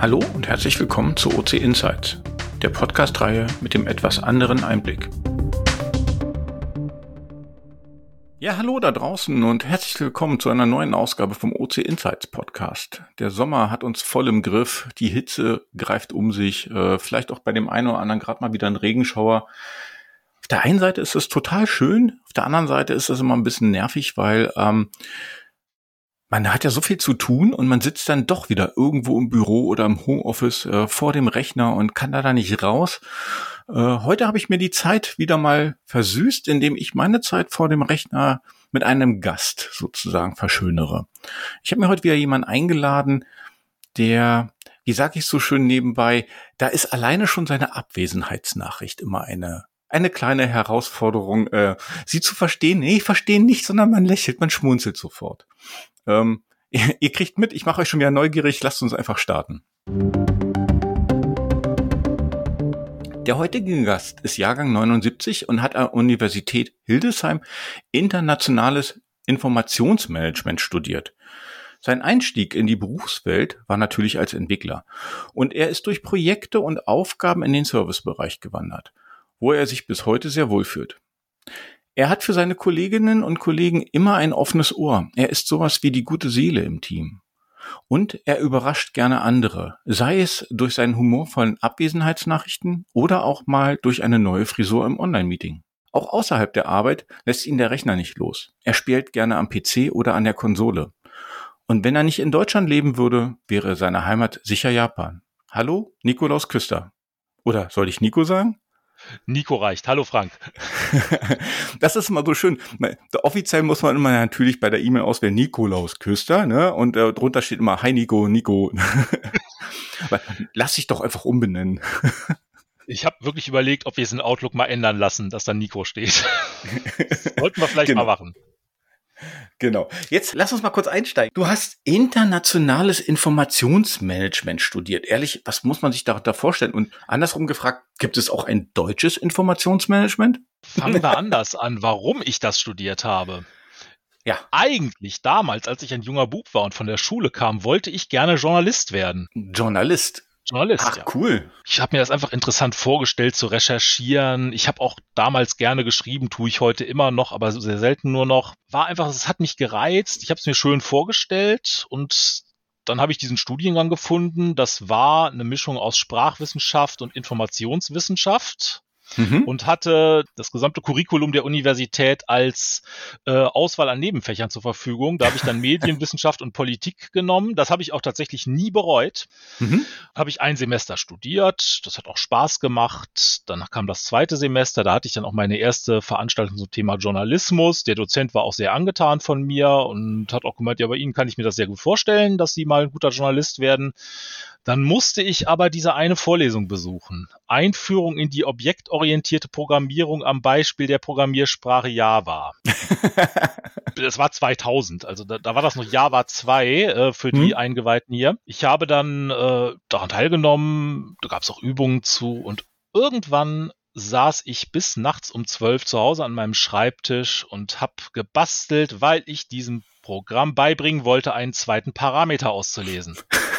Hallo und herzlich willkommen zu OC Insights, der Podcast-Reihe mit dem etwas anderen Einblick. Ja, hallo da draußen und herzlich willkommen zu einer neuen Ausgabe vom OC Insights Podcast. Der Sommer hat uns voll im Griff, die Hitze greift um sich, vielleicht auch bei dem einen oder anderen gerade mal wieder ein Regenschauer. Auf der einen Seite ist es total schön, auf der anderen Seite ist es immer ein bisschen nervig, weil man hat ja so viel zu tun und man sitzt dann doch wieder irgendwo im Büro oder im Homeoffice vor dem Rechner und kann da nicht raus. Heute habe ich mir die Zeit wieder mal versüßt, indem ich meine Zeit vor dem Rechner mit einem Gast sozusagen verschönere. Ich habe mir heute wieder jemanden eingeladen, der, wie sage ich so schön nebenbei, da ist alleine schon seine Abwesenheitsnachricht immer eine kleine Herausforderung, sie zu verstehen. Nee, verstehen nicht, sondern man lächelt, man schmunzelt sofort. Ihr kriegt mit, ich mache euch schon wieder neugierig, lasst uns einfach starten. Der heutige Gast ist Jahrgang 79 und hat an der Universität Hildesheim internationales Informationsmanagement studiert. Sein Einstieg in die Berufswelt war natürlich als Entwickler und er ist durch Projekte und Aufgaben in den Servicebereich gewandert, wo er sich bis heute sehr wohlfühlt. Er hat für seine Kolleginnen und Kollegen immer ein offenes Ohr. Er ist sowas wie die gute Seele im Team. Und er überrascht gerne andere, sei es durch seinen humorvollen Abwesenheitsnachrichten oder auch mal durch eine neue Frisur im Online-Meeting. Auch außerhalb der Arbeit lässt ihn der Rechner nicht los. Er spielt gerne am PC oder an der Konsole. Und wenn er nicht in Deutschland leben würde, wäre seine Heimat sicher Japan. Hallo, Nikolaus Küster. Oder soll ich Nico sagen? Nico reicht. Hallo Frank. Das ist immer so schön. Offiziell muss man immer natürlich bei der E-Mail auswählen Nikolaus Küster, ne? Und drunter steht immer Hi Nico. Lass dich doch einfach umbenennen. Ich habe wirklich überlegt, ob wir es in Outlook mal ändern lassen, dass da Nico steht. Das sollten wir vielleicht mal machen. Genau. Jetzt lass uns mal kurz einsteigen. Du hast internationales Informationsmanagement studiert. Ehrlich, was muss man sich darunter vorstellen? Und andersrum gefragt, gibt es auch ein deutsches Informationsmanagement? Fangen wir anders an, warum ich das studiert habe. Ja. Eigentlich damals, als ich ein junger Bub war und von der Schule kam, wollte ich gerne Journalist werden. Journalist? Ach, ja. Cool. Ich habe mir das einfach interessant vorgestellt, zu recherchieren. Ich habe auch damals gerne geschrieben, tue ich heute immer noch, aber sehr selten nur noch. War einfach, es hat mich gereizt. Ich habe es mir schön vorgestellt und dann habe ich diesen Studiengang gefunden. Das war eine Mischung aus Sprachwissenschaft und Informationswissenschaft. Und hatte das gesamte Curriculum der Universität als Auswahl an Nebenfächern zur Verfügung. Da habe ich dann Medienwissenschaft und Politik genommen. Das habe ich auch tatsächlich nie bereut. Habe ich ein Semester studiert. Das hat auch Spaß gemacht. Dann kam das zweite Semester. Da hatte ich dann auch meine erste Veranstaltung zum Thema Journalismus. Der Dozent war auch sehr angetan von mir und hat auch gemeint, ja, bei Ihnen kann ich mir das sehr gut vorstellen, dass Sie mal ein guter Journalist werden. Dann musste ich aber diese eine Vorlesung besuchen. Einführung in die objektorientierte Programmierung am Beispiel der Programmiersprache Java. Das war 2000, also da war das noch Java 2 für die Eingeweihten hier. Ich habe dann daran teilgenommen, da gab es auch Übungen zu und irgendwann saß ich bis nachts um 12 zu Hause an meinem Schreibtisch und habe gebastelt, weil ich diesem Programm beibringen wollte, einen zweiten Parameter auszulesen.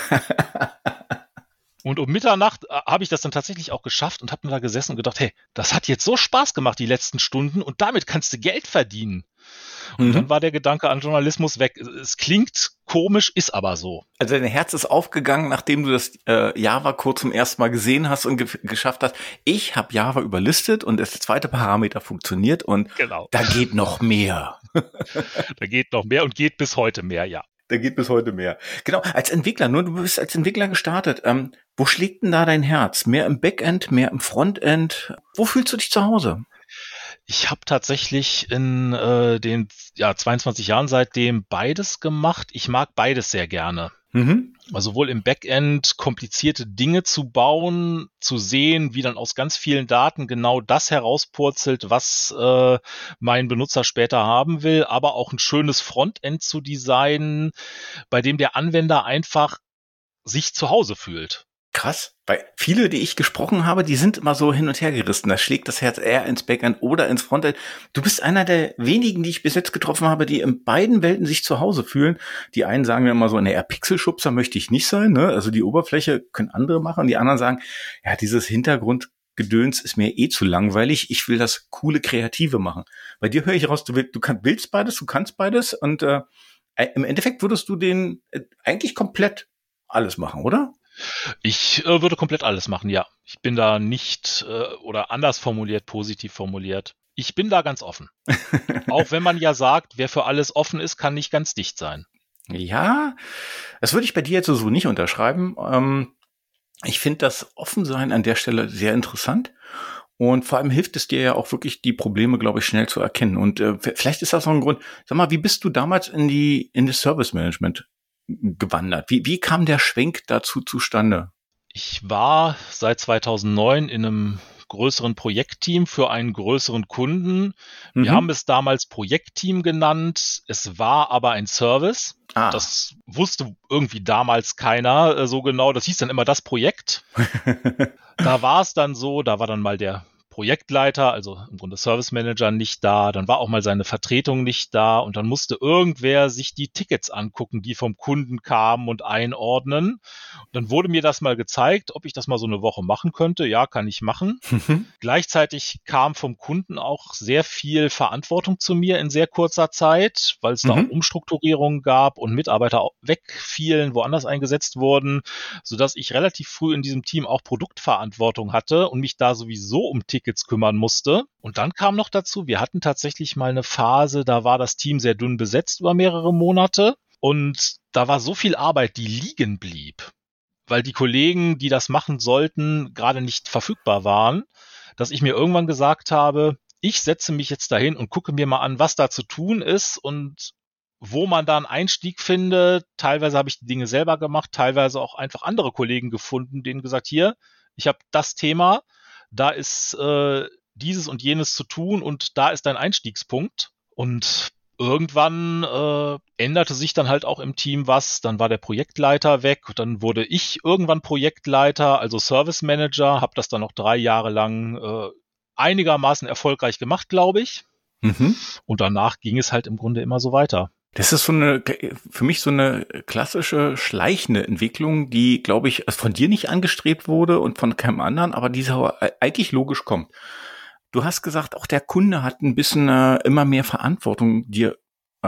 Und um Mitternacht habe ich das dann tatsächlich auch geschafft und habe mir da gesessen und gedacht, hey, das hat jetzt so Spaß gemacht die letzten Stunden und damit kannst du Geld verdienen. Und dann war der Gedanke an Journalismus weg. Es klingt komisch, ist aber so. Also dein Herz ist aufgegangen, nachdem du das Java-Code zum ersten Mal gesehen hast und geschafft hast. Ich habe Java überlistet und das zweite Parameter funktioniert und genau. Da geht noch mehr. Da geht noch mehr und geht bis heute mehr, ja. Da geht bis heute mehr. Genau, als Entwickler, du bist als Entwickler gestartet. Wo schlägt denn da dein Herz? Mehr im Backend, mehr im Frontend? Wo fühlst du dich zu Hause? Ich habe tatsächlich in den 22 Jahren seitdem beides gemacht. Ich mag beides sehr gerne. Also sowohl im Backend komplizierte Dinge zu bauen, zu sehen, wie dann aus ganz vielen Daten genau das herauspurzelt, was mein Benutzer später haben will, aber auch ein schönes Frontend zu designen, bei dem der Anwender einfach sich zu Hause fühlt. Krass, weil viele, die ich gesprochen habe, die sind immer so hin und her gerissen. Da schlägt das Herz eher ins Backend oder ins Frontend. Du bist einer der wenigen, die ich bis jetzt getroffen habe, die in beiden Welten sich zu Hause fühlen. Die einen sagen mir immer so, naja, Pixelschubser möchte ich nicht sein, ne? Also die Oberfläche können andere machen. Und die anderen sagen, ja, dieses Hintergrundgedöns ist mir eh zu langweilig. Ich will das coole, kreative machen. Bei dir höre ich raus, willst beides, du kannst beides. Und im Endeffekt würdest du den eigentlich komplett alles machen, oder? Ich würde komplett alles machen, ja. Ich bin da nicht, oder anders formuliert, positiv formuliert. Ich bin da ganz offen. Auch wenn man ja sagt, wer für alles offen ist, kann nicht ganz dicht sein. Ja, das würde ich bei dir jetzt so nicht unterschreiben. Ich finde das Offensein an der Stelle sehr interessant. Und vor allem hilft es dir ja auch wirklich, die Probleme, glaube ich, schnell zu erkennen. Und vielleicht ist das auch ein Grund. Sag mal, wie bist du damals in das Service Management gewandert? Wie kam der Schwenk dazu zustande? Ich war seit 2009 in einem größeren Projektteam für einen größeren Kunden. Wir haben es damals Projektteam genannt. Es war aber ein Service. Das wusste irgendwie damals keiner so genau. Das hieß dann immer das Projekt. Da war es dann so, da war dann mal der Projektleiter, also im Grunde Service Manager, nicht da, dann war auch mal seine Vertretung nicht da und dann musste irgendwer sich die Tickets angucken, die vom Kunden kamen und einordnen. Und dann wurde mir das mal gezeigt, ob ich das mal so eine Woche machen könnte. Ja, kann ich machen. Gleichzeitig kam vom Kunden auch sehr viel Verantwortung zu mir in sehr kurzer Zeit, weil es da auch Umstrukturierungen gab und Mitarbeiter wegfielen, woanders eingesetzt wurden, sodass ich relativ früh in diesem Team auch Produktverantwortung hatte und mich da sowieso um Tickets kümmern musste. Und dann kam noch dazu, wir hatten tatsächlich mal eine Phase, da war das Team sehr dünn besetzt über mehrere Monate und da war so viel Arbeit, die liegen blieb, weil die Kollegen, die das machen sollten, gerade nicht verfügbar waren, dass ich mir irgendwann gesagt habe, ich setze mich jetzt dahin und gucke mir mal an, was da zu tun ist und wo man da einen Einstieg findet. Teilweise habe ich die Dinge selber gemacht, teilweise auch einfach andere Kollegen gefunden, denen gesagt, hier, ich habe das Thema, da ist dieses und jenes zu tun und da ist dein Einstiegspunkt. Und irgendwann änderte sich dann halt auch im Team was. Dann war der Projektleiter weg. Dann wurde ich irgendwann Projektleiter, also Service Manager, habe das dann noch 3 Jahre lang einigermaßen erfolgreich gemacht, glaube ich. Und danach ging es halt im Grunde immer so weiter. Das ist für mich so eine klassische schleichende Entwicklung, die, glaube ich, von dir nicht angestrebt wurde und von keinem anderen, aber die eigentlich logisch kommt. Du hast gesagt, auch der Kunde hat ein bisschen immer mehr Verantwortung dir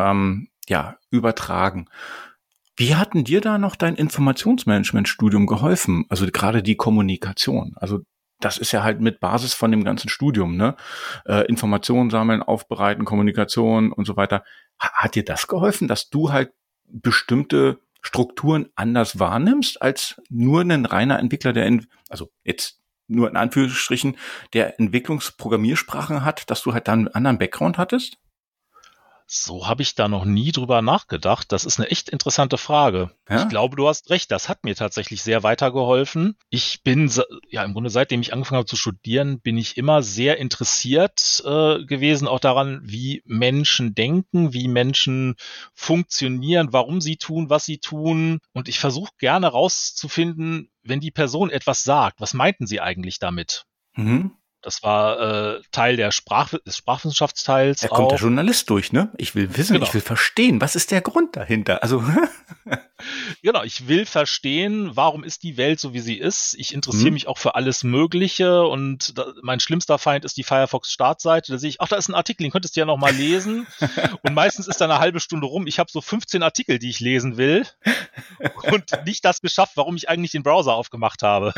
übertragen. Wie hat denn dir da noch dein Informationsmanagement-Studium geholfen? Also gerade die Kommunikation. Also das ist ja halt mit Basis von dem ganzen Studium, ne? Informationen sammeln, aufbereiten, Kommunikation und so weiter. Hat dir das geholfen, dass du halt bestimmte Strukturen anders wahrnimmst als nur ein reiner Entwickler, also jetzt nur in Anführungsstrichen, der Entwicklungsprogrammiersprachen hat, dass du halt dann einen anderen Background hattest? So habe ich da noch nie drüber nachgedacht. Das ist eine echt interessante Frage. Ja? Ich glaube, du hast recht. Das hat mir tatsächlich sehr weitergeholfen. Ich bin, ja, im Grunde seitdem ich angefangen habe zu studieren, bin ich immer sehr interessiert gewesen, auch daran, wie Menschen denken, wie Menschen funktionieren, warum sie tun, was sie tun. Und ich versuche gerne rauszufinden, wenn die Person etwas sagt, was meinten sie eigentlich damit? Das war Teil des Sprachwissenschaftsteils. Da kommt der Journalist durch, ne? Ich will wissen, genau. Ich will verstehen, was ist der Grund dahinter? Also genau, ich will verstehen, warum ist die Welt so, wie sie ist. Ich interessiere mich auch für alles Mögliche und mein schlimmster Feind ist die Firefox-Startseite. Da sehe ich, ach, da ist ein Artikel, den könntest du ja noch mal lesen. Und meistens ist da eine halbe Stunde rum. Ich habe so 15 Artikel, die ich lesen will und nicht das geschafft, warum ich eigentlich den Browser aufgemacht habe.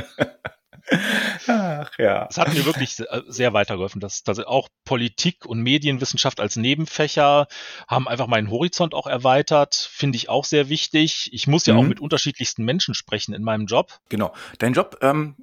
Ach ja. Das hat mir wirklich sehr weitergeholfen. Das auch Politik und Medienwissenschaft als Nebenfächer haben einfach meinen Horizont auch erweitert. Finde ich auch sehr wichtig. Ich muss ja auch mit unterschiedlichsten Menschen sprechen in meinem Job. Genau. Dein Job,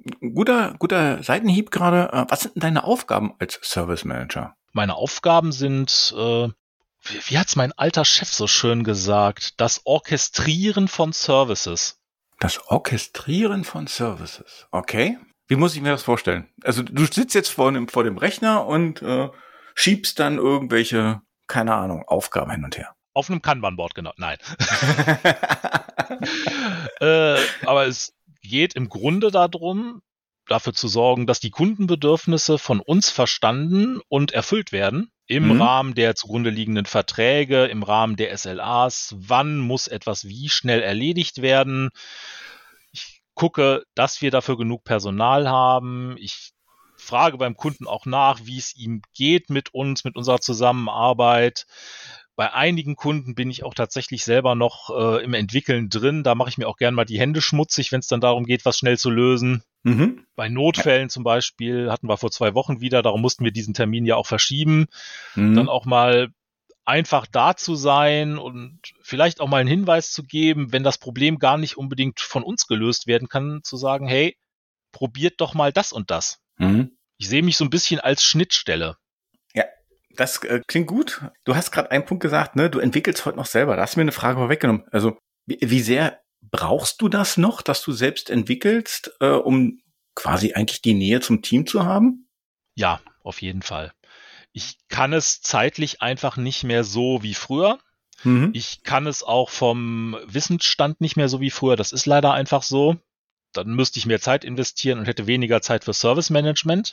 guter Seitenhieb gerade. Was sind denn deine Aufgaben als Service Manager? Meine Aufgaben sind, wie hat's mein alter Chef so schön gesagt, das Orchestrieren von Services. Das Orchestrieren von Services. Okay. Wie muss ich mir das vorstellen? Also du sitzt jetzt vor dem Rechner und schiebst dann irgendwelche, keine Ahnung, Aufgaben hin und her. Auf einem Kanban-Board, genau. Nein. Aber es geht im Grunde darum, dafür zu sorgen, dass die Kundenbedürfnisse von uns verstanden und erfüllt werden. Im Rahmen der zugrunde liegenden Verträge, im Rahmen der SLAs. Wann muss etwas wie schnell erledigt werden? Ich gucke, dass wir dafür genug Personal haben. Ich frage beim Kunden auch nach, wie es ihm geht mit uns, mit unserer Zusammenarbeit. Bei einigen Kunden bin ich auch tatsächlich selber noch im Entwickeln drin. Da mache ich mir auch gern mal die Hände schmutzig, wenn es dann darum geht, was schnell zu lösen. Bei Notfällen zum Beispiel hatten wir vor 2 Wochen wieder, darum mussten wir diesen Termin ja auch verschieben. Dann auch mal einfach da zu sein und vielleicht auch mal einen Hinweis zu geben, wenn das Problem gar nicht unbedingt von uns gelöst werden kann, zu sagen, hey, probiert doch mal das und das. Ich sehe mich so ein bisschen als Schnittstelle. Ja, das klingt gut. Du hast gerade einen Punkt gesagt, ne? Du entwickelst heute noch selber. Da hast du mir eine Frage vorweggenommen. Also wie sehr brauchst du das noch, dass du selbst entwickelst, um quasi eigentlich die Nähe zum Team zu haben? Ja, auf jeden Fall. Ich kann es zeitlich einfach nicht mehr so wie früher. Ich kann es auch vom Wissensstand nicht mehr so wie früher. Das ist leider einfach so. Dann müsste ich mehr Zeit investieren und hätte weniger Zeit für Service Management.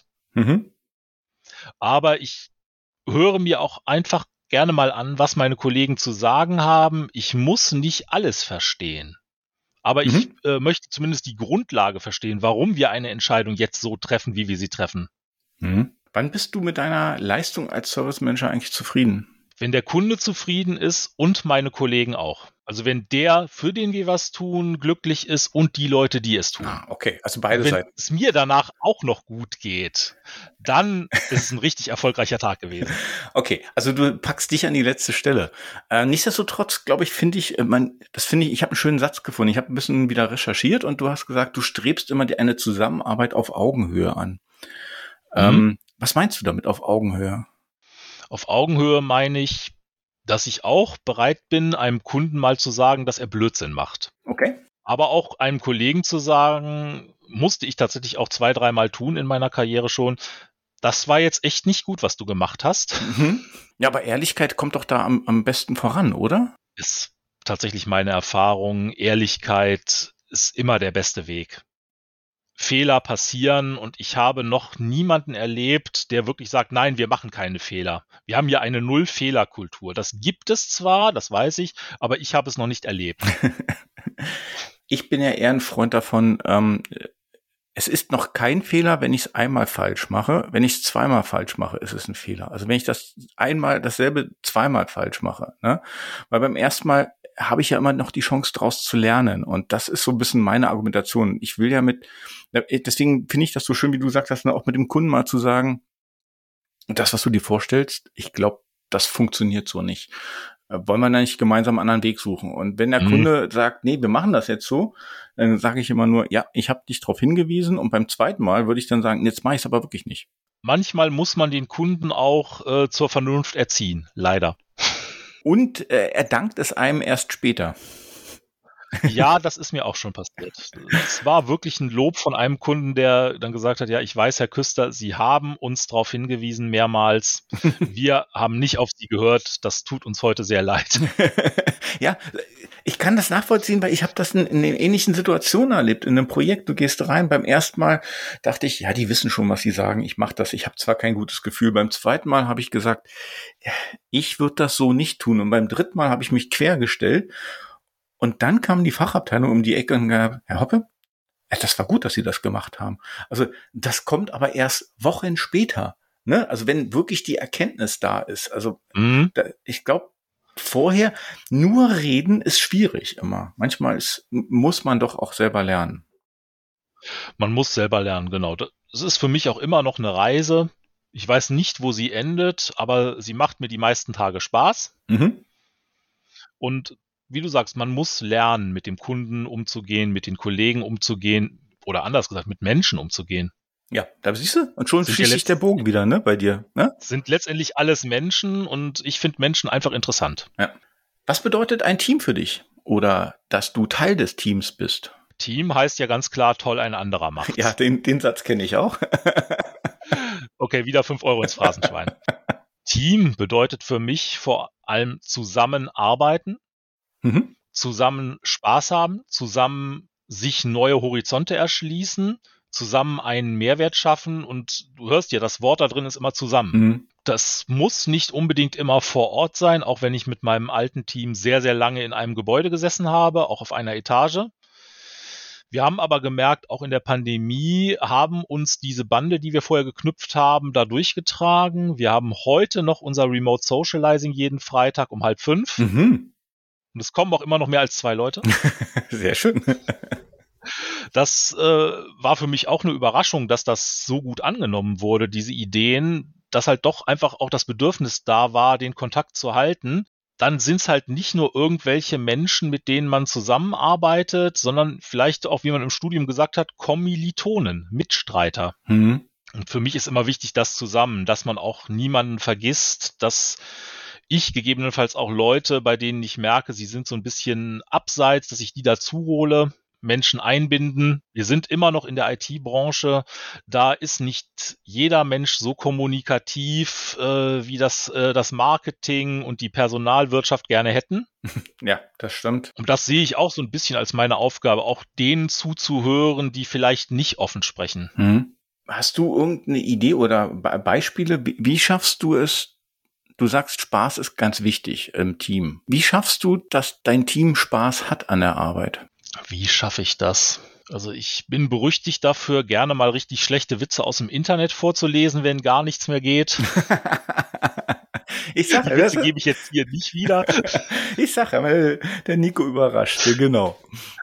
Aber ich höre mir auch einfach gerne mal an, was meine Kollegen zu sagen haben. Ich muss nicht alles verstehen. Aber ich möchte zumindest die Grundlage verstehen, warum wir eine Entscheidung jetzt so treffen, wie wir sie treffen. Wann bist du mit deiner Leistung als Service Manager eigentlich zufrieden? Wenn der Kunde zufrieden ist und meine Kollegen auch. Also wenn der, für den wir was tun, glücklich ist und die Leute, die es tun. Okay, also beide Seiten. Wenn es mir danach auch noch gut geht, dann ist es ein richtig erfolgreicher Tag gewesen. Okay, also du packst dich an die letzte Stelle. Nichtsdestotrotz, glaube ich, ich habe einen schönen Satz gefunden. Ich habe ein bisschen wieder recherchiert und du hast gesagt, du strebst immer eine Zusammenarbeit auf Augenhöhe an. Was meinst du damit auf Augenhöhe? Auf Augenhöhe meine ich, dass ich auch bereit bin, einem Kunden mal zu sagen, dass er Blödsinn macht. Okay. Aber auch einem Kollegen zu sagen, musste ich tatsächlich auch 2-3 Mal tun in meiner Karriere schon, das war jetzt echt nicht gut, was du gemacht hast. Ja, aber Ehrlichkeit kommt doch da am besten voran, oder? Ist tatsächlich meine Erfahrung. Ehrlichkeit ist immer der beste Weg. Fehler passieren und ich habe noch niemanden erlebt, der wirklich sagt, nein, wir machen keine Fehler. Wir haben ja eine Null-Fehler-Kultur. Das gibt es zwar, das weiß ich, aber ich habe es noch nicht erlebt. Ich bin ja eher ein Freund davon, es ist noch kein Fehler, wenn ich es einmal falsch mache. Wenn ich es zweimal falsch mache, ist es ein Fehler. Also wenn ich dasselbe zweimal falsch mache, ne? Weil beim ersten Mal habe ich ja immer noch die Chance draus zu lernen. Und das ist so ein bisschen meine Argumentation. Ich will ja deswegen finde ich das so schön, wie du gesagt hast, ne, auch mit dem Kunden mal zu sagen, das, was du dir vorstellst, ich glaube, das funktioniert so nicht. Wollen wir da nicht gemeinsam einen anderen Weg suchen? Und wenn der Kunde sagt, nee, wir machen das jetzt so, dann sage ich immer nur, ja, ich habe dich darauf hingewiesen und beim zweiten Mal würde ich dann sagen, jetzt mache ich es aber wirklich nicht. Manchmal muss man den Kunden auch zur Vernunft erziehen, leider. Und er dankt es einem erst später. Ja, das ist mir auch schon passiert. Es war wirklich ein Lob von einem Kunden, der dann gesagt hat, ja, ich weiß, Herr Küster, Sie haben uns darauf hingewiesen mehrmals. Wir haben nicht auf Sie gehört. Das tut uns heute sehr leid. Ja, ich kann das nachvollziehen, weil ich habe das in ähnlichen Situationen erlebt. In einem Projekt, du gehst rein, beim ersten Mal dachte ich, ja, die wissen schon, was sie sagen. Ich mache das. Ich habe zwar kein gutes Gefühl. Beim zweiten Mal habe ich gesagt, ich würde das so nicht tun. Und beim dritten Mal habe ich mich quergestellt. Und dann kam die Fachabteilung um die Ecke und gesagt, Herr Hoppe, das war gut, dass Sie das gemacht haben. Also das kommt aber erst Wochen später. Ne? Also wenn wirklich die Erkenntnis da ist. Also ich glaube, vorher nur reden ist schwierig immer. Manchmal muss man doch auch selber lernen. Man muss selber lernen, genau. Das ist für mich auch immer noch eine Reise. Ich weiß nicht, wo sie endet, aber sie macht mir die meisten Tage Spaß. Und wie du sagst, man muss lernen, mit dem Kunden umzugehen, mit den Kollegen umzugehen oder anders gesagt, mit Menschen umzugehen. Ja, da siehst du, und schon schließt sich der Bogen wieder, ne, bei dir. Ne? Sind letztendlich alles Menschen und ich finde Menschen einfach interessant. Ja. Was bedeutet ein Team für dich? Oder dass du Teil des Teams bist? Team heißt ja ganz klar, toll, ein anderer macht's. Ja, den Satz kenne ich auch. Okay, wieder 5 Euro ins Phrasenschwein. Team bedeutet für mich vor allem zusammenarbeiten, zusammen Spaß haben, zusammen sich neue Horizonte erschließen, zusammen einen Mehrwert schaffen und du hörst ja, das Wort da drin ist immer zusammen. Mhm. Das muss nicht unbedingt immer vor Ort sein, auch wenn ich mit meinem alten Team sehr, sehr lange in einem Gebäude gesessen habe, auch auf einer Etage. Wir haben aber gemerkt, auch in der Pandemie haben uns diese Bande, die wir vorher geknüpft haben, da durchgetragen. Wir haben heute noch unser Remote Socializing jeden Freitag um 4:30. Mhm. Und es kommen auch immer noch mehr als 2 Leute. Sehr schön. Das war für mich auch eine Überraschung, dass das so gut angenommen wurde, diese Ideen, dass halt doch einfach auch das Bedürfnis da war, den Kontakt zu halten. Dann sind es halt nicht nur irgendwelche Menschen, mit denen man zusammenarbeitet, sondern vielleicht auch, wie man im Studium gesagt hat, Kommilitonen, Mitstreiter. Mhm. Und für mich ist immer wichtig, das zusammen, dass man auch niemanden vergisst, dass ich gegebenenfalls auch Leute, bei denen ich merke, sie sind so ein bisschen abseits, dass ich die dazu hole, Menschen einbinden. Wir sind immer noch in der IT-Branche. Da ist nicht jeder Mensch so kommunikativ, wie das Marketing und die Personalwirtschaft gerne hätten. Ja, das stimmt. Und das sehe ich auch so ein bisschen als meine Aufgabe, auch denen zuzuhören, die vielleicht nicht offen sprechen. Mhm. Hast du irgendeine Idee oder Beispiele? Wie schaffst du es? Du sagst, Spaß ist ganz wichtig im Team. Wie schaffst du, dass dein Team Spaß hat an der Arbeit? Wie schaffe ich das? Also ich bin berüchtigt dafür, gerne mal richtig schlechte Witze aus dem Internet vorzulesen, wenn gar nichts mehr geht. Ich sage, die Witze gebe ich jetzt hier nicht wieder. Ich sage, der Nico überraschte, genau.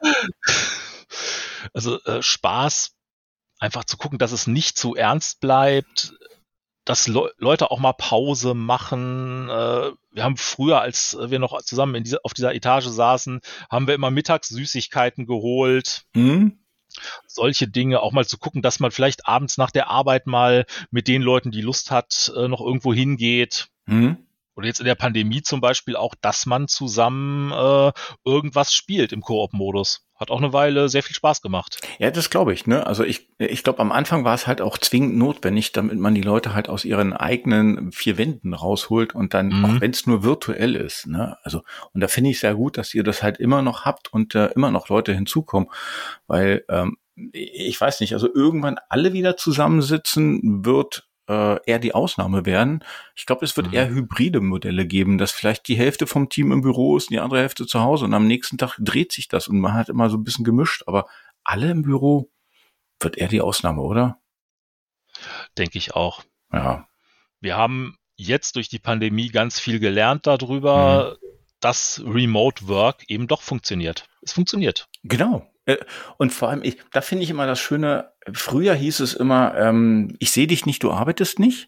Also Spaß, einfach zu gucken, dass es nicht zu ernst bleibt, dass Leute auch mal Pause machen. Wir haben früher, als wir noch zusammen auf dieser Etage saßen, haben wir immer mittags Süßigkeiten geholt. Hm? Solche Dinge, auch mal zu gucken, dass man vielleicht abends nach der Arbeit mal mit den Leuten, die Lust hat, noch irgendwo hingeht. Hm? Oder jetzt in der Pandemie zum Beispiel auch, dass man zusammen irgendwas spielt im Koop-Modus. Hat auch eine Weile sehr viel Spaß gemacht. Ja, das glaube ich, ne? Also ich glaube, am Anfang war es halt auch zwingend notwendig, damit man die Leute halt aus ihren eigenen 4 Wänden rausholt und dann, auch wenn es nur virtuell ist, ne? Also, und da finde ich sehr gut, dass ihr das halt immer noch habt und immer noch Leute hinzukommen, weil ich weiß nicht, also irgendwann alle wieder zusammensitzen wird eher die Ausnahme werden. Ich glaube, es wird eher hybride Modelle geben, dass vielleicht die Hälfte vom Team im Büro ist und die andere Hälfte zu Hause und am nächsten Tag dreht sich das und man hat immer so ein bisschen gemischt, aber alle im Büro wird eher die Ausnahme, oder? Denke ich auch. Ja. Wir haben jetzt durch die Pandemie ganz viel gelernt darüber, dass Remote Work eben doch funktioniert. Es funktioniert. Genau. Und vor allem, da finde ich immer das Schöne, früher hieß es immer, ich sehe dich nicht, du arbeitest nicht.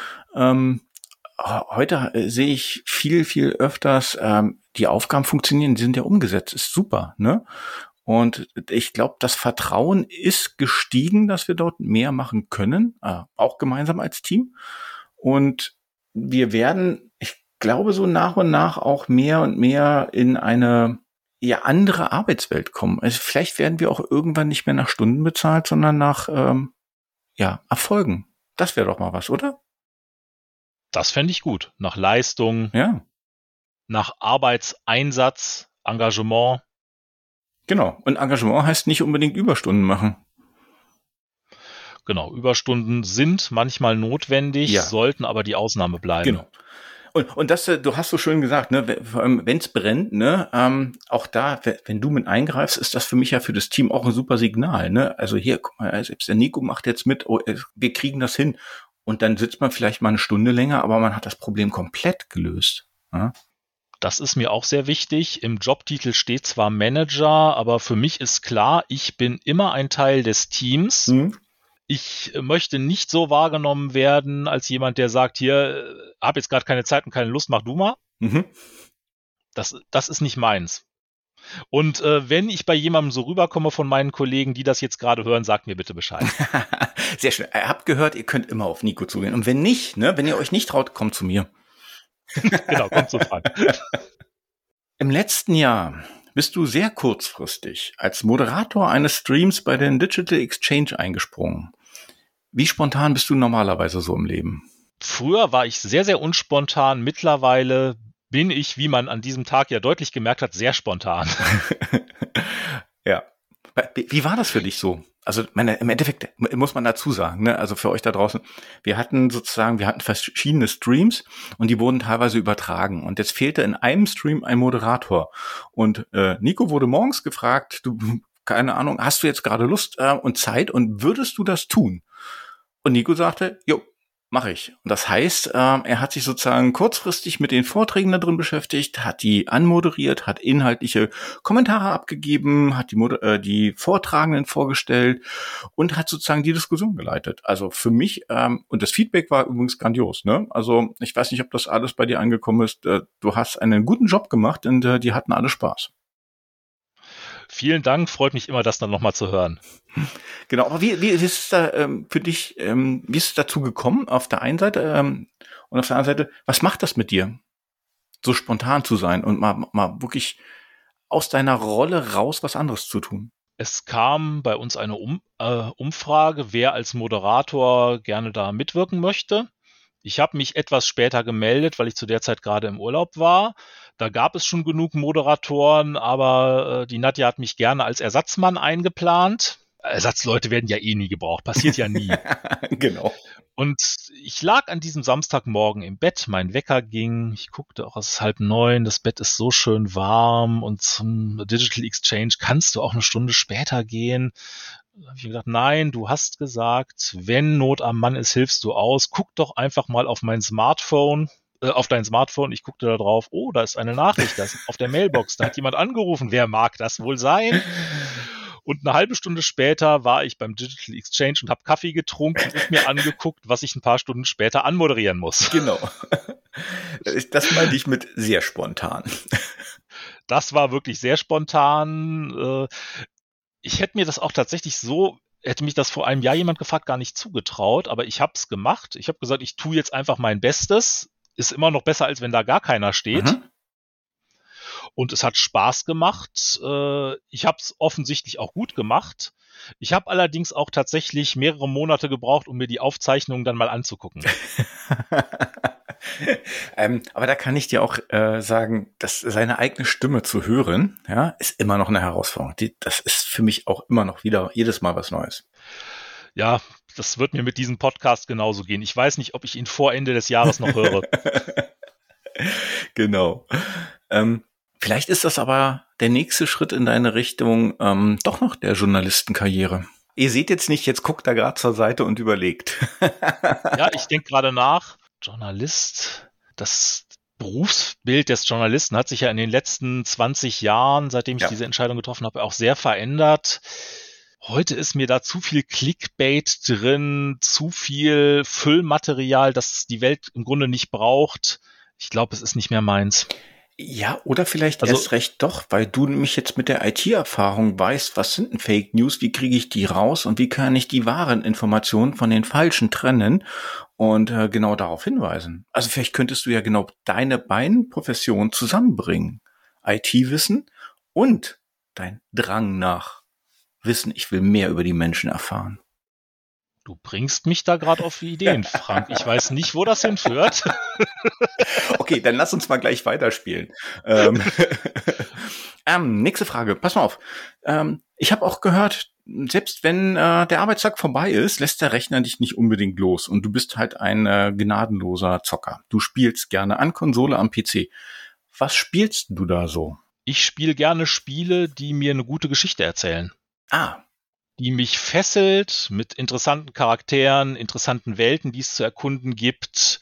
Heute sehe ich viel, viel öfters, die Aufgaben funktionieren, die sind ja umgesetzt, ist super, ne? Und ich glaube, das Vertrauen ist gestiegen, dass wir dort mehr machen können, auch gemeinsam als Team. Und wir werden, ich glaube, so nach und nach auch mehr und mehr in eine andere Arbeitswelt kommen. Also vielleicht werden wir auch irgendwann nicht mehr nach Stunden bezahlt, sondern nach Erfolgen. Das wäre doch mal was, oder? Das fände ich gut. Nach Leistung, Ja. nach Arbeitseinsatz, Engagement. Genau. Und Engagement heißt nicht unbedingt Überstunden machen. Genau, Überstunden sind manchmal notwendig, sollten aber die Ausnahme bleiben. Genau. Und das, du hast so schön gesagt, ne, wenn es brennt, ne, auch da, wenn du mit eingreifst, ist das für mich ja für das Team auch ein super Signal, ne? Also hier, guck mal, selbst der Nico macht jetzt mit, wir kriegen das hin. Und dann sitzt man vielleicht mal eine Stunde länger, aber man hat das Problem komplett gelöst. Ja? Das ist mir auch sehr wichtig. Im Jobtitel steht zwar Manager, aber für mich ist klar, ich bin immer ein Teil des Teams. Mhm. Ich möchte nicht so wahrgenommen werden als jemand, der sagt, hier, hab jetzt gerade keine Zeit und keine Lust, mach du mal. Mhm. Das ist nicht meins. Und wenn ich bei jemandem so rüberkomme von meinen Kollegen, die das jetzt gerade hören, sagt mir bitte Bescheid. Sehr schön. Ihr habt gehört, ihr könnt immer auf Nico zugehen. Und wenn nicht, ne, wenn ihr euch nicht traut, kommt zu mir. Genau, kommt zu Frank. Im letzten Jahr bist du sehr kurzfristig als Moderator eines Streams bei den Digital Exchange eingesprungen. Wie spontan bist du normalerweise so im Leben? Früher war ich sehr, sehr unspontan. Mittlerweile bin ich, wie man an diesem Tag ja deutlich gemerkt hat, sehr spontan. Ja. Wie war das für dich so? Also im Endeffekt muss man dazu sagen, ne, also für euch da draußen, wir hatten verschiedene Streams und die wurden teilweise übertragen und jetzt fehlte in einem Stream ein Moderator und Nico wurde morgens gefragt, du, keine Ahnung, hast du jetzt gerade Lust und Zeit und würdest du das tun? Und Nico sagte, jo, mache ich. Und das heißt, er hat sich sozusagen kurzfristig mit den Vorträgen da drin beschäftigt, hat die anmoderiert, hat inhaltliche Kommentare abgegeben, hat die Vortragenden vorgestellt und hat sozusagen die Diskussion geleitet. Also für mich, und das Feedback war übrigens grandios, ne? Also ich weiß nicht, ob das alles bei dir angekommen ist. Du hast einen guten Job gemacht und die hatten alle Spaß. Vielen Dank, freut mich immer, das dann nochmal zu hören. Genau, aber wie ist es da für dich, wie ist es dazu gekommen auf der einen Seite und auf der anderen Seite, was macht das mit dir, so spontan zu sein und mal wirklich aus deiner Rolle raus was anderes zu tun? Es kam bei uns eine Umfrage, wer als Moderator gerne da mitwirken möchte. Ich habe mich etwas später gemeldet, weil ich zu der Zeit gerade im Urlaub war. Da gab es schon genug Moderatoren, aber die Nadja hat mich gerne als Ersatzmann eingeplant. Ersatzleute werden ja eh nie gebraucht, passiert ja nie. Genau. Und ich lag an diesem Samstagmorgen im Bett, mein Wecker ging, ich guckte auch, es ist 8:30, das Bett ist so schön warm und zum Digital Exchange kannst du auch eine Stunde später gehen. Da habe ich gesagt, nein, du hast gesagt, wenn Not am Mann ist, hilfst du aus. Guck doch einfach mal auf mein Smartphone, auf dein Smartphone. Ich guckte da drauf, oh, da ist eine Nachricht, da ist auf der Mailbox, da hat jemand angerufen. Wer mag das wohl sein? Und eine halbe Stunde später war ich beim Digital Exchange und habe Kaffee getrunken und mir angeguckt, was ich ein paar Stunden später anmoderieren muss. Genau. Das meinte ich mit sehr spontan. Das war wirklich sehr spontan. Ich hätte mir das auch tatsächlich hätte mich das vor einem Jahr jemand gefragt, gar nicht zugetraut, aber ich habe es gemacht. Ich habe gesagt, ich tue jetzt einfach mein Bestes. Ist immer noch besser, als wenn da gar keiner steht. Mhm. Und es hat Spaß gemacht. Ich habe es offensichtlich auch gut gemacht. Ich habe allerdings auch tatsächlich mehrere Monate gebraucht, um mir die Aufzeichnungen dann mal anzugucken. Aber da kann ich dir auch sagen, dass seine eigene Stimme zu hören, ja, ist immer noch eine Herausforderung. Das ist für mich auch immer noch wieder jedes Mal was Neues. Ja, das wird mir mit diesem Podcast genauso gehen. Ich weiß nicht, ob ich ihn vor Ende des Jahres noch höre. Genau. Vielleicht ist das aber der nächste Schritt in deine Richtung doch noch der Journalistenkarriere. Ihr seht jetzt nicht, jetzt guckt er gerade zur Seite und überlegt. Ja, ich denke gerade nach. Journalist, das Berufsbild des Journalisten hat sich ja in den letzten 20 Jahren, seitdem ich diese Entscheidung getroffen habe, auch sehr verändert. Heute ist mir da zu viel Clickbait drin, zu viel Füllmaterial, das die Welt im Grunde nicht braucht. Ich glaube, es ist nicht mehr meins. Ja, oder vielleicht erst recht doch, weil du nämlich jetzt mit der IT-Erfahrung weißt, was sind denn Fake News, wie kriege ich die raus und wie kann ich die wahren Informationen von den falschen trennen und genau darauf hinweisen. Also vielleicht könntest du ja genau deine beiden Professionen zusammenbringen. IT-Wissen und dein Drang nach Wissen, ich will mehr über die Menschen erfahren. Du bringst mich da gerade auf Ideen, Frank. Ich weiß nicht, wo das hinführt. Okay, dann lass uns mal gleich weiterspielen. Nächste Frage. Pass mal auf. Ich habe auch gehört, selbst wenn der Arbeitstag vorbei ist, lässt der Rechner dich nicht unbedingt los. Und du bist halt ein gnadenloser Zocker. Du spielst gerne an Konsole, am PC. Was spielst du da so? Ich spiele gerne Spiele, die mir eine gute Geschichte erzählen. Die mich fesselt mit interessanten Charakteren, interessanten Welten, die es zu erkunden gibt.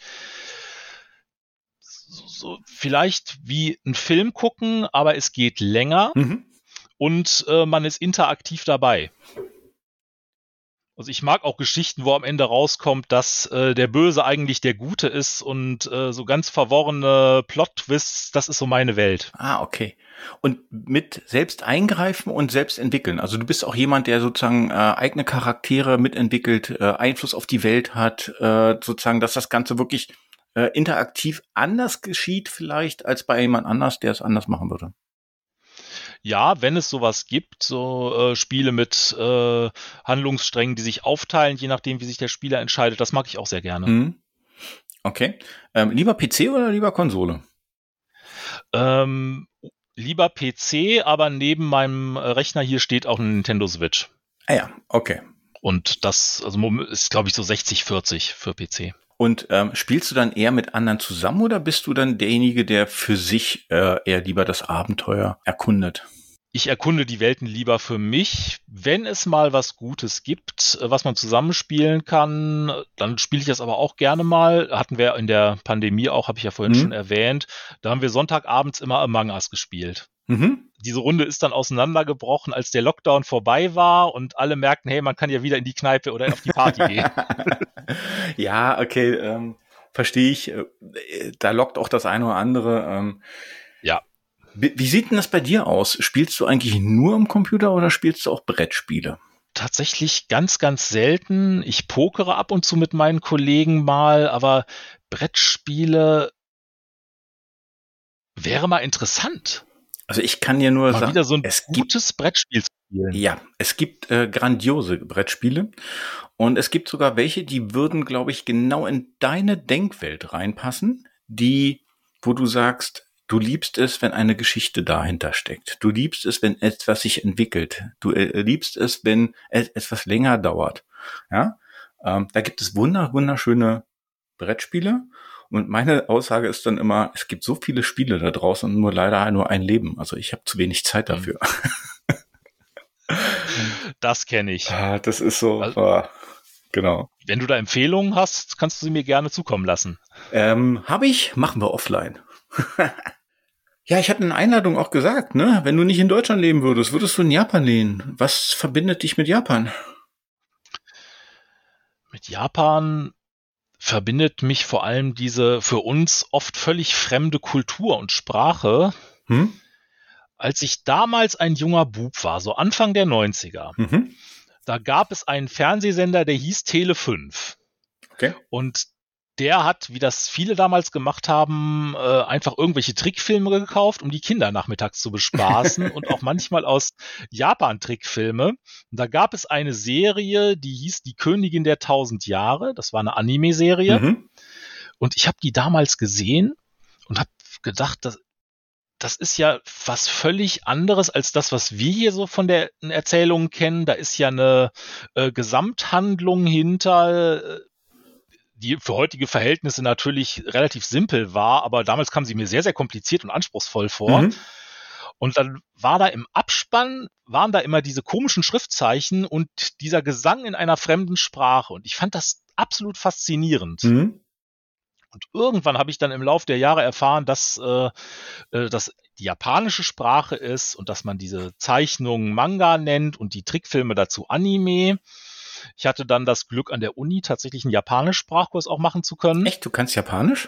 So vielleicht wie ein Film gucken, aber es geht länger und man ist interaktiv dabei. Also ich mag auch Geschichten, wo am Ende rauskommt, dass der Böse eigentlich der Gute ist und so ganz verworrene Plot-Twists, das ist so meine Welt. Okay. Und mit selbst eingreifen und selbst entwickeln. Also du bist auch jemand, der sozusagen eigene Charaktere mitentwickelt, Einfluss auf die Welt hat, sozusagen, dass das Ganze wirklich interaktiv anders geschieht vielleicht als bei jemand anders, der es anders machen würde. Ja, wenn es sowas gibt, so Spiele mit Handlungssträngen, die sich aufteilen, je nachdem, wie sich der Spieler entscheidet, das mag ich auch sehr gerne. Okay. Lieber PC oder lieber Konsole? Lieber PC, aber neben meinem Rechner hier steht auch eine Nintendo Switch. Ah ja, okay. Und das ist, glaube ich, so 60-40 für PC. Und spielst du dann eher mit anderen zusammen oder bist du dann derjenige, der für sich eher lieber das Abenteuer erkundet? Ich erkunde die Welten lieber für mich. Wenn es mal was Gutes gibt, was man zusammenspielen kann, dann spiele ich das aber auch gerne mal. Hatten wir in der Pandemie auch, habe ich ja vorhin schon erwähnt. Da haben wir Sonntagabends immer Among Us gespielt. Diese Runde ist dann auseinandergebrochen, als der Lockdown vorbei war und alle merkten, hey, man kann ja wieder in die Kneipe oder auf die Party gehen. Ja, okay, verstehe ich. Da lockt auch das eine oder andere. Ja. Wie sieht denn das bei dir aus? Spielst du eigentlich nur am Computer oder spielst du auch Brettspiele? Tatsächlich ganz, ganz selten. Ich pokere ab und zu mit meinen Kollegen mal, aber Brettspiele wäre mal interessant. Also ich kann dir nur mal sagen, wieder so ein gutes Brettspiel zu spielen. Ja, es gibt grandiose Brettspiele und es gibt sogar welche, die würden, glaube ich, genau in deine Denkwelt reinpassen, wo du sagst, du liebst es, wenn eine Geschichte dahinter steckt. Du liebst es, wenn etwas sich entwickelt. Du liebst es, wenn etwas länger dauert. Ja, da gibt es wunderschöne Brettspiele. Und meine Aussage ist dann immer, es gibt so viele Spiele da draußen und nur leider nur ein Leben. Also ich habe zu wenig Zeit dafür. Das kenne ich. Das ist so, genau. Wenn du da Empfehlungen hast, kannst du sie mir gerne zukommen lassen. Habe ich, machen wir offline. Ja, ich hatte eine Einladung auch gesagt, ne? Wenn du nicht in Deutschland leben würdest, würdest du in Japan leben. Was verbindet dich mit Japan? Mit Japan verbindet mich vor allem diese für uns oft völlig fremde Kultur und Sprache. Als ich damals ein junger Bub war, so Anfang der 90er, da gab es einen Fernsehsender, der hieß Tele 5. Okay. Und der hat, wie das viele damals gemacht haben, einfach irgendwelche Trickfilme gekauft, um die Kinder nachmittags zu bespaßen und auch manchmal aus Japan Trickfilme. Und da gab es eine Serie, die hieß Die Königin der 1000 Jahre. Das war eine Anime-Serie. Und ich habe die damals gesehen und habe gedacht, das ist ja was völlig anderes als das, was wir hier so von der Erzählung kennen. Da ist ja eine Gesamthandlung hinter, die für heutige Verhältnisse natürlich relativ simpel war, aber damals kam sie mir sehr, sehr kompliziert und anspruchsvoll vor. Und dann war da im Abspann, waren da immer diese komischen Schriftzeichen und dieser Gesang in einer fremden Sprache. Und ich fand das absolut faszinierend. Und irgendwann habe ich dann im Laufe der Jahre erfahren, dass das die japanische Sprache ist und dass man diese Zeichnungen Manga nennt und die Trickfilme dazu Anime. Ich hatte dann das Glück, an der Uni tatsächlich einen Japanisch-Sprachkurs auch machen zu können. Echt? Du kannst Japanisch?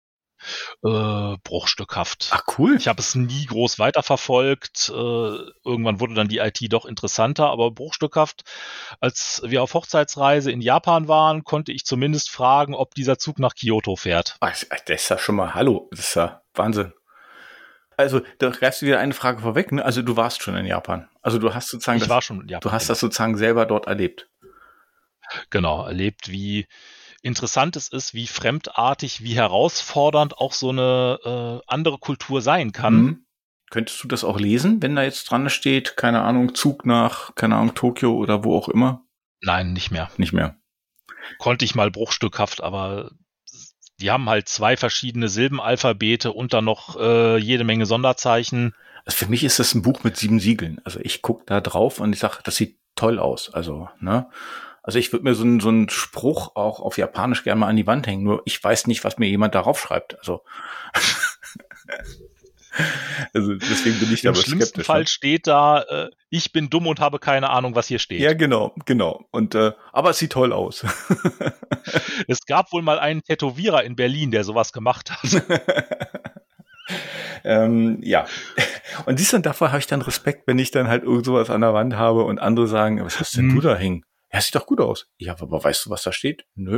Bruchstückhaft. Ach, cool. Ich habe es nie groß weiterverfolgt. Irgendwann wurde dann die IT doch interessanter, aber bruchstückhaft. Als wir auf Hochzeitsreise in Japan waren, konnte ich zumindest fragen, ob dieser Zug nach Kyoto fährt. Das ist ja schon mal, hallo, das ist ja Wahnsinn. Also, da greifst du wieder eine Frage vorweg, ne? Also, du warst schon in Japan. Also, du hast sozusagen Ich war schon in Japan. Du hast das sozusagen selber dort erlebt. Genau, erlebt, wie interessant es ist, wie fremdartig, wie herausfordernd auch so eine andere Kultur sein kann. Könntest du das auch lesen, wenn da jetzt dran steht, keine Ahnung, Zug nach, keine Ahnung, Tokio oder wo auch immer? Nein, nicht mehr. Nicht mehr. Konnte ich mal bruchstückhaft, aber die haben halt 2 verschiedene Silbenalphabete und dann noch jede Menge Sonderzeichen. Also für mich ist das ein Buch mit 7 Siegeln. Also ich gucke da drauf und ich sage, das sieht toll aus. Also, ne? Also ich würde mir so einen Spruch auch auf Japanisch gerne mal an die Wand hängen, nur ich weiß nicht, was mir jemand darauf schreibt. Also, also deswegen bin ich da skeptisch. Im schlimmsten Fall steht da, ich bin dumm und habe keine Ahnung, was hier steht. Ja, genau. Und aber es sieht toll aus. Es gab wohl mal einen Tätowierer in Berlin, der sowas gemacht hat. Ja. Und siehst du, davor habe ich dann Respekt, wenn ich dann halt irgend sowas an der Wand habe und andere sagen, was hast denn du da hängen? Ja, sieht doch gut aus. Ja, aber weißt du, was da steht? Nö.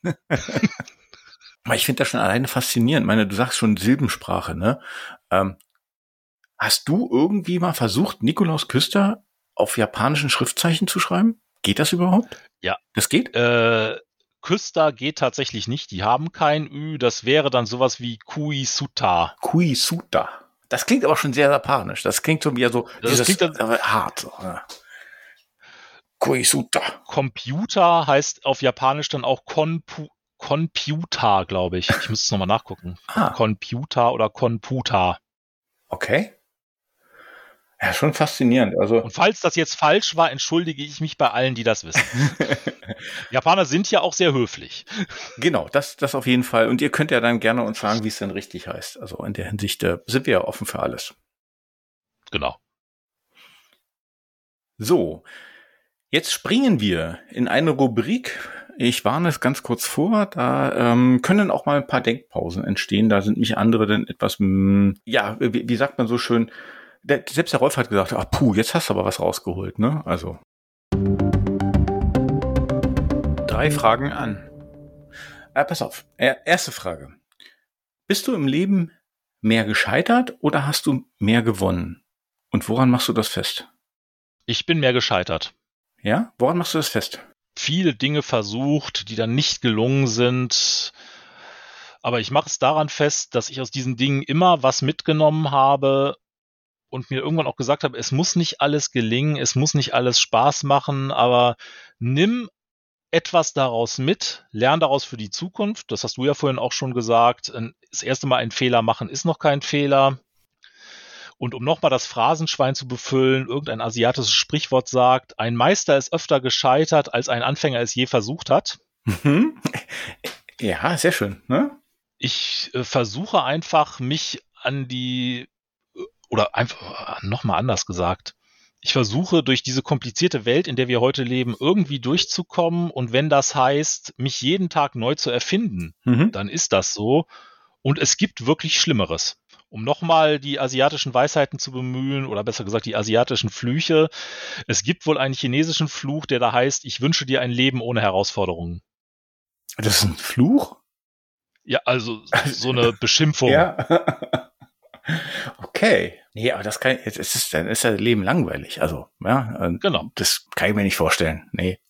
Aber ich finde das schon alleine faszinierend. Ich meine, du sagst schon Silbensprache, ne? Hast du irgendwie mal versucht, Nikolaus Küster auf japanischen Schriftzeichen zu schreiben? Geht das überhaupt? Ja. Das geht? Küster geht tatsächlich nicht. Die haben kein Ü. Das wäre dann sowas wie Kuisuta. Kuisuta. Das klingt aber schon sehr japanisch. Das klingt so wie so Das klingt dann hart. So. Koisuta. Computer heißt auf Japanisch dann auch Computer, glaube ich. Ich müsste es nochmal nachgucken. Computer oder Computer. Okay. Ja, schon faszinierend. Also Und falls das jetzt falsch war, entschuldige ich mich bei allen, die das wissen. Japaner sind ja auch sehr höflich. Genau, das auf jeden Fall. Und ihr könnt ja dann gerne uns sagen, wie es denn richtig heißt. Also in der Hinsicht sind wir ja offen für alles. Genau. So, jetzt springen wir in eine Rubrik. Ich warne es ganz kurz vor, da können auch mal ein paar Denkpausen entstehen. Da sind mich andere dann etwas, wie sagt man so schön, selbst der Rolf hat gesagt, jetzt hast du aber was rausgeholt, ne? Also 3 Fragen an. Pass auf, erste Frage. Bist du im Leben mehr gescheitert oder hast du mehr gewonnen? Und woran machst du das fest? Ich bin mehr gescheitert. Ja? Woran machst du das fest? Viele Dinge versucht, die dann nicht gelungen sind. Aber ich mache es daran fest, dass ich aus diesen Dingen immer was mitgenommen habe und mir irgendwann auch gesagt habe, es muss nicht alles gelingen, es muss nicht alles Spaß machen, aber nimm etwas daraus mit, lern daraus für die Zukunft. Das hast du ja vorhin auch schon gesagt. Das erste Mal einen Fehler machen ist noch kein Fehler. Und um nochmal das Phrasenschwein zu befüllen, irgendein asiatisches Sprichwort sagt, ein Meister ist öfter gescheitert, als ein Anfänger es je versucht hat. Ja, sehr schön, ne? Ich versuche einfach, oder einfach nochmal anders gesagt, ich versuche durch diese komplizierte Welt, in der wir heute leben, irgendwie durchzukommen. Und wenn das heißt, mich jeden Tag neu zu erfinden, dann ist das so. Und es gibt wirklich Schlimmeres. Um nochmal die asiatischen Weisheiten zu bemühen, oder besser gesagt die asiatischen Flüche. Es gibt wohl einen chinesischen Fluch, der da heißt, ich wünsche dir ein Leben ohne Herausforderungen. Das ist ein Fluch? Ja, also so eine Beschimpfung. Ja. Okay. Nee, aber dann ist das Leben langweilig. Also, ja. Genau. Das kann ich mir nicht vorstellen. Nee.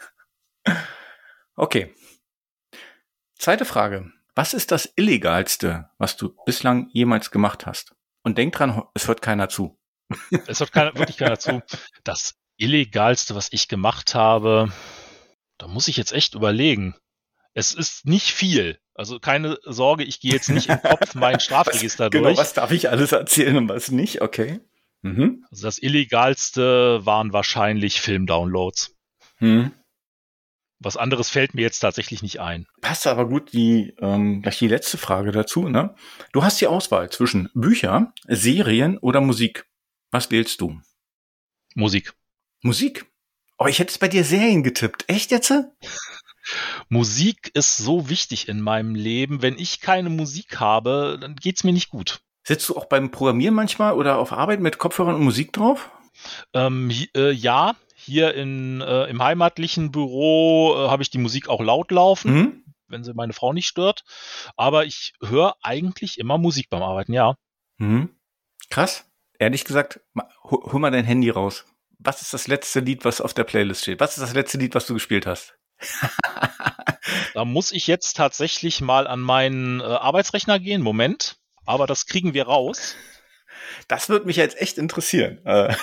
Okay. Zweite Frage. Was ist das Illegalste, was du bislang jemals gemacht hast? Und denk dran, es hört keiner zu. Es hört wirklich keiner zu. Das Illegalste, was ich gemacht habe, da muss ich jetzt echt überlegen. Es ist nicht viel. Also keine Sorge, ich gehe jetzt nicht im Kopf mein Strafregister durch. Genau, was darf ich alles erzählen und was nicht? Okay. Also das Illegalste waren wahrscheinlich Filmdownloads. Was anderes fällt mir jetzt tatsächlich nicht ein. Passt aber gut gleich die letzte Frage dazu, ne? Du hast die Auswahl zwischen Bücher, Serien oder Musik. Was wählst du? Musik. Musik? Oh, ich hätte es bei dir Serien getippt. Echt jetzt? Musik ist so wichtig in meinem Leben. Wenn ich keine Musik habe, dann geht's mir nicht gut. Sitzt du auch beim Programmieren manchmal oder auf Arbeit mit Kopfhörern und Musik drauf? Ja. Hier im heimatlichen Büro habe ich die Musik auch laut laufen, wenn sie meine Frau nicht stört. Aber ich höre eigentlich immer Musik beim Arbeiten, ja. Krass. Ehrlich gesagt, hol mal dein Handy raus. Was ist das letzte Lied, was auf der Playlist steht? Was ist das letzte Lied, was du gespielt hast? Da muss ich jetzt tatsächlich mal an meinen Arbeitsrechner gehen. Moment. Aber das kriegen wir raus. Das würde mich jetzt echt interessieren.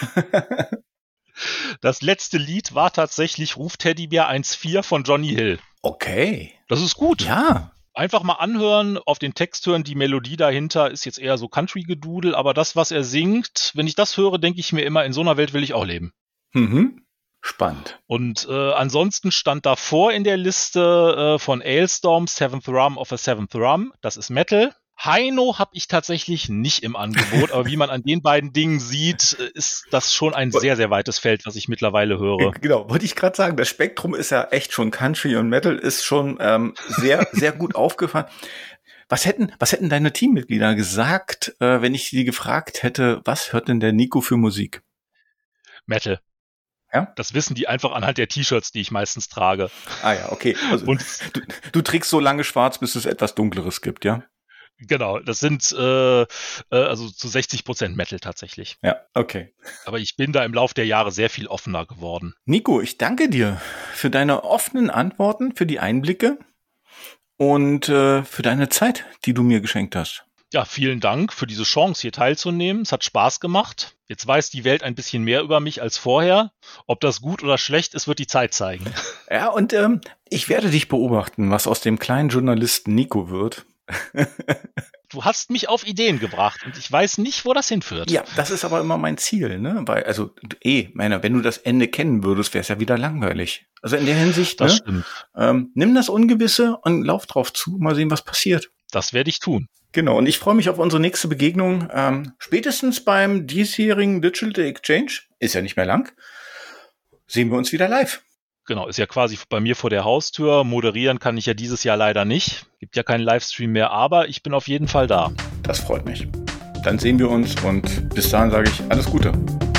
Das letzte Lied war tatsächlich Ruf Teddybär 1.4 von Johnny Hill. Okay. Das ist gut. Ja. Einfach mal anhören, auf den Text hören, die Melodie dahinter ist jetzt eher so Country-Gedudel, aber das, was er singt, wenn ich das höre, denke ich mir immer, in so einer Welt will ich auch leben. Spannend. Und ansonsten stand davor in der Liste von Ailstorm Seventh Rum of a Seventh Rum, das ist Metal. Heino habe ich tatsächlich nicht im Angebot, aber wie man an den beiden Dingen sieht, ist das schon ein sehr, sehr weites Feld, was ich mittlerweile höre. Genau, wollte ich gerade sagen, das Spektrum ist ja echt schon Country und Metal ist schon sehr, sehr gut aufgefallen. Was hätten deine Teammitglieder gesagt, wenn ich sie gefragt hätte, was hört denn der Nico für Musik? Metal. Ja? Das wissen die einfach anhand der T-Shirts, die ich meistens trage. Ah ja, okay. Also, und du trägst so lange schwarz, bis es etwas Dunkleres gibt, ja? Genau, das sind also zu 60% Metal tatsächlich. Ja, okay. Aber ich bin da im Lauf der Jahre sehr viel offener geworden. Nico, ich danke dir für deine offenen Antworten, für die Einblicke und für deine Zeit, die du mir geschenkt hast. Ja, vielen Dank für diese Chance, hier teilzunehmen. Es hat Spaß gemacht. Jetzt weiß die Welt ein bisschen mehr über mich als vorher. Ob das gut oder schlecht ist, wird die Zeit zeigen. Ja, und ich werde dich beobachten, was aus dem kleinen Journalisten Nico wird. Du hast mich auf Ideen gebracht und ich weiß nicht, wo das hinführt. Ja, das ist aber immer mein Ziel, ne? Weil, also, wenn du das Ende kennen würdest, wäre es ja wieder langweilig. Also in der Hinsicht, Das ne? stimmt. Nimm das Ungewisse und lauf drauf zu, mal sehen, was passiert. Das werde ich tun. Genau, und ich freue mich auf unsere nächste Begegnung. Spätestens beim diesjährigen Digital Exchange, ist ja nicht mehr lang, sehen wir uns wieder live. Genau, ist ja quasi bei mir vor der Haustür. Moderieren kann ich ja dieses Jahr leider nicht. Gibt ja keinen Livestream mehr, aber ich bin auf jeden Fall da. Das freut mich. Dann sehen wir uns und bis dahin sage ich alles Gute.